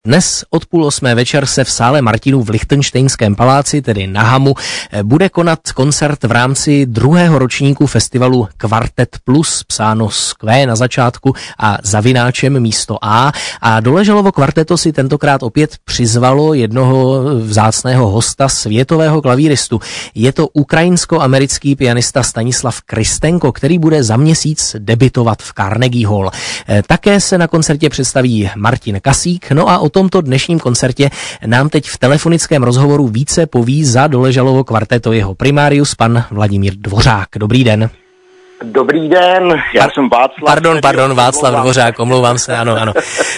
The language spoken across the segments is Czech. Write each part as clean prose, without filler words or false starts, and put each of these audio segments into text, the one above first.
Dnes od 7:30 večer se v sále Martinů v Lichtenštejnském paláci, tedy na Hamu, bude konat koncert v rámci druhého ročníku festivalu Kvartet Plus, psáno s Q na začátku a zavináčem místo A. A Doležalovo kvarteto si tentokrát opět přizvalo jednoho vzácného hosta, světového klavíristu. Je to ukrajinsko-americký pianista Stanislav Krystenko, který bude za měsíc debutovat v Carnegie Hall. Také se na koncertě představí Martin Kasík, no a o tomto dnešním koncertě nám teď v telefonickém rozhovoru více poví za Doležalovo kvarteto jeho primárius, pan Vladimír Dvořák. Dobrý den. Dobrý den, já jsem Václav. Pardon, Václav Dvořák, omlouvám se, ano.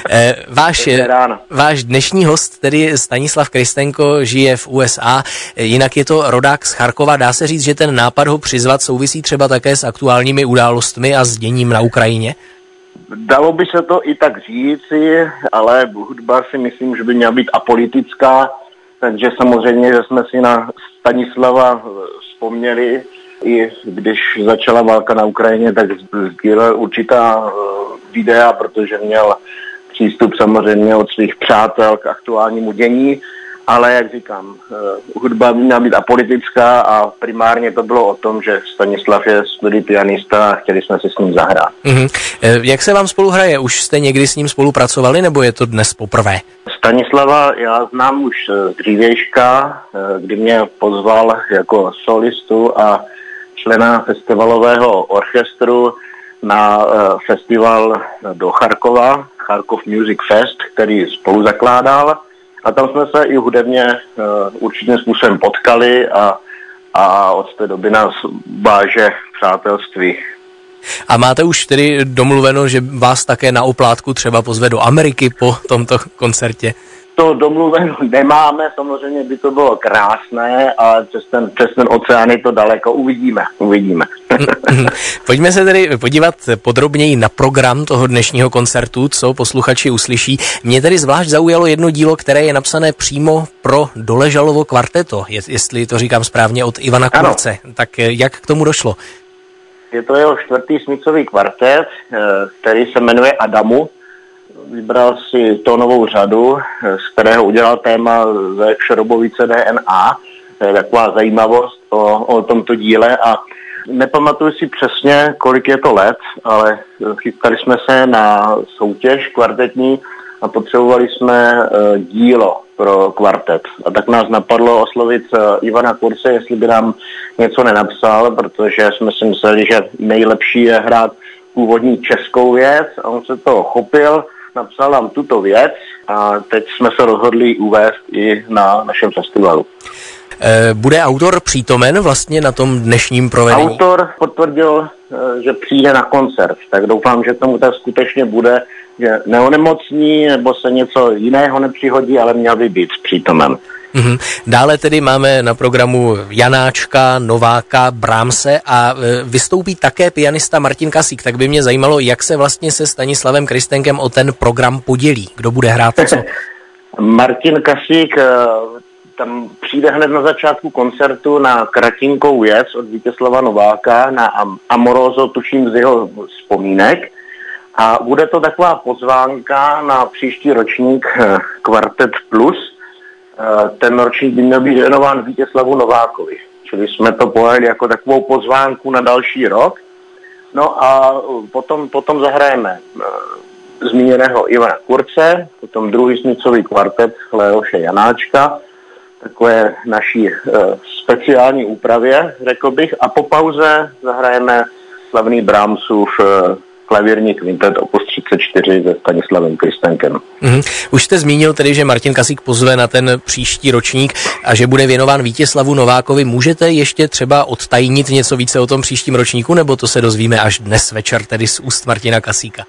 Váš dnešní host, tedy Stanislav Krystenko, žije v USA, jinak je to rodák z Charkova. Dá se říct, že ten nápad ho přizvat souvisí třeba také s aktuálními událostmi a s děním na Ukrajině? Dalo by se to i tak říci, ale hudba si myslím, že by měla být apolitická, takže samozřejmě, že jsme si na Stanislava vzpomněli, i když začala válka na Ukrajině, tak sdílel určitá videa, protože měl přístup samozřejmě od svých přátel k aktuálnímu dění, ale jak říkám, hudba by měla být apolitická a primárně to bylo o tom, že Stanislav je skvělý pianista a chtěli jsme si s ním zahrát. Jak se vám spolu hraje? Už jste někdy s ním spolupracovali, nebo je to dnes poprvé? Stanislava já znám už z dřívějška, kdy mě pozval jako solistu a člena festivalového orchestru na festival do Charkova, Charkov Music Fest, který spolu zakládal. A tam jsme se i hudebně určitým způsobem potkali a od té doby nás váže přátelství. A máte už tedy domluveno, že vás také na oplátku třeba pozve do Ameriky po tomto koncertě? To domluveno nemáme, samozřejmě by to bylo krásné, ale přes ten oceán je to daleko, uvidíme. Pojďme se tedy podívat podrobněji na program toho dnešního koncertu, co posluchači uslyší. Mě tedy zvlášť zaujalo jedno dílo, které je napsané přímo pro Doležalovo kvarteto, jestli to říkám správně, od Ivana Kurce. Tak jak k tomu došlo? Je to jeho 4. smycový kvartet, který se jmenuje Adamu. Vybral si tónovou řadu, z kterého udělal téma ze Šrobovice DNA. To je taková zajímavost o tomto díle a nepamatuju si přesně, kolik je to let, ale chystali jsme se na soutěž kvartetní a potřebovali jsme dílo pro kvartet. A tak nás napadlo oslovit Ivana Kurce, jestli by nám něco nenapsal, protože jsme si mysleli, že nejlepší je hrát původní českou věc a on se toho chopil, napsal nám tuto věc a teď jsme se rozhodli uvést i na našem festivalu. Bude autor přítomen vlastně na tom dnešním provedení? Autor potvrdil, že přijde na koncert, tak doufám, že tomu tak skutečně bude, že neonemocní nebo se něco jiného nepřihodí, ale měl by být přítomen. Dále tedy máme na programu Janáčka, Nováka, Brahmse a vystoupí také pianista Martin Kasík. Tak by mě zajímalo, jak se vlastně se Stanislavem Krystenkem o ten program podělí. Kdo bude hrát co? Martin Kasík tam přijde hned na začátku koncertu na kratinkou věc od Vítězslava Nováka na Amoroso, tuším z jeho vzpomínek. A bude to taková pozvánka na příští ročník Kvartet Plus. Ten ročník by měl být věnován Vítězslavu Novákovi. Čili jsme to pojeli jako takovou pozvánku na další rok. No a potom zahrajeme zmíněného Ivana Kurce, potom druhý smycový kvartet Leoše Janáčka, takové naší speciální úpravě, řekl bych, a po pauze zahrajeme slavný Brahmsův klavírní kvintet opus 34 se Stanislavem Krystenkem. Už jste zmínil tedy, že Martin Kasík pozve na ten příští ročník a že bude věnován Vítězslavu Novákovi. Můžete ještě třeba odtajnit něco více o tom příštím ročníku, nebo to se dozvíme až dnes večer, tedy z úst Martina Kasíka?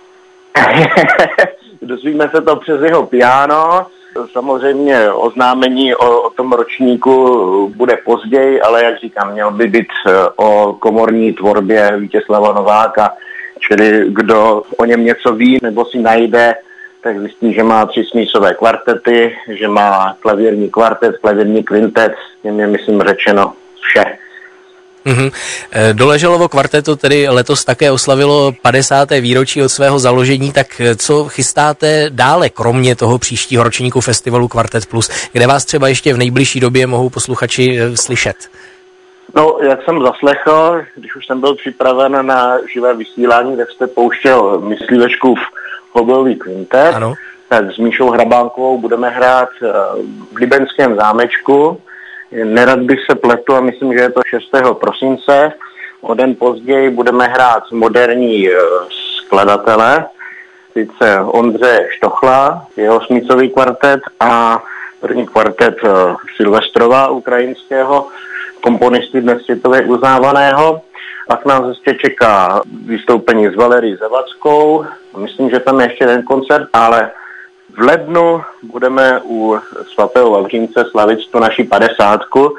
Dozvíme se to přes jeho piano. Samozřejmě oznámení o tom ročníku bude později, ale jak říkám, měl by být o komorní tvorbě Vítězslava Nováka. Čili kdo o něm něco ví nebo si najde, tak zjistí, že má 3 smyčcové kvartety, že má klavírní kvartet, klavírní kvintet, tím je, myslím, řečeno vše. Doležalovo kvarteto tedy letos také oslavilo 50. výročí od svého založení, tak co chystáte dále, kromě toho příštího ročníku festivalu Kvartet Plus, kde vás třeba ještě v nejbližší době mohou posluchači slyšet? No, jak jsem zaslechl, když už jsem byl připraven na živé vysílání, tak jste pouštěl Myslivečkův hoblový kvintet. Ano. Tak s Míšou Hrabánkovou budeme hrát v Libeňském zámečku. Nerad bych se pletl a myslím, že je to 6. prosince. O den později budeme hrát moderní skladatele, sice Ondřeje Štochla, jeho smícový kvartet a první kvartet Silvestrova ukrajinského, komponisty dnes světově uznávaného. Pak nás ještě čeká vystoupení s Valerí Zavackou. Myslím, že tam je ještě jeden koncert, ale v lednu budeme u svatého Vavřínce slavit tu naši 50.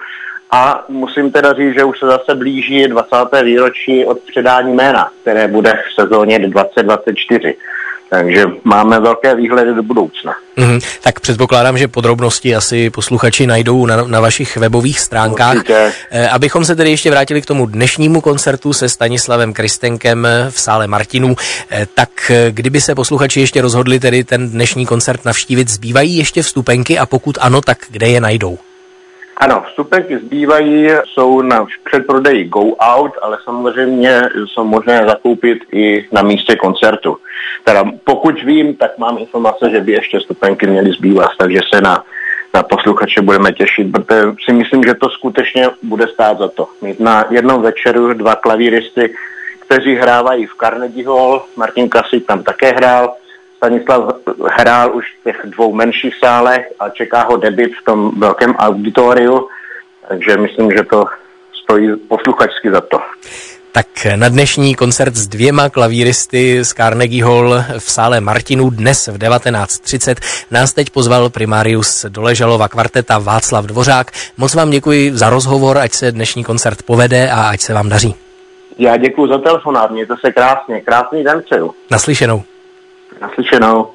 A musím teda říct, že už se zase blíží 20. výročí od předání jména, které bude v sezóně 2024. Takže máme velké výhledy do budoucna. Tak předpokládám, že podrobnosti asi posluchači najdou na vašich webových stránkách. Určitě. Abychom se tedy ještě vrátili k tomu dnešnímu koncertu se Stanislavem Krystenkem v sále Martinů, tak kdyby se posluchači ještě rozhodli tedy ten dnešní koncert navštívit, zbývají ještě vstupenky a pokud ano, tak kde je najdou? Ano, vstupenky zbývají, jsou na předprodeji Go Out, ale samozřejmě jsou možné zakoupit i na místě koncertu. Teda pokud vím, tak mám informace, že by ještě vstupenky měly zbývat, takže se na posluchače budeme těšit, protože si myslím, že to skutečně bude stát za to. Mít na jednom večeru 2 klavíristy, kteří hrávají v Carnegie Hall, Martin Kasík tam také hrál, Stanislav hrál už v těch 2 menších sálech a čeká ho debut v tom velkém auditoriu, takže myslím, že to stojí posluchačsky za to. Tak na dnešní koncert s 2 klavíristy z Carnegie Hall v sále Martinů dnes v 19:30 nás teď pozval primárius Doležalova kvarteta Václav Dvořák. Moc vám děkuji za rozhovor, ať se dnešní koncert povede a ať se vám daří. Já děkuji za telefonát, mějte se krásně, krásný den přeju. Naslyšenou. Naslyšenou.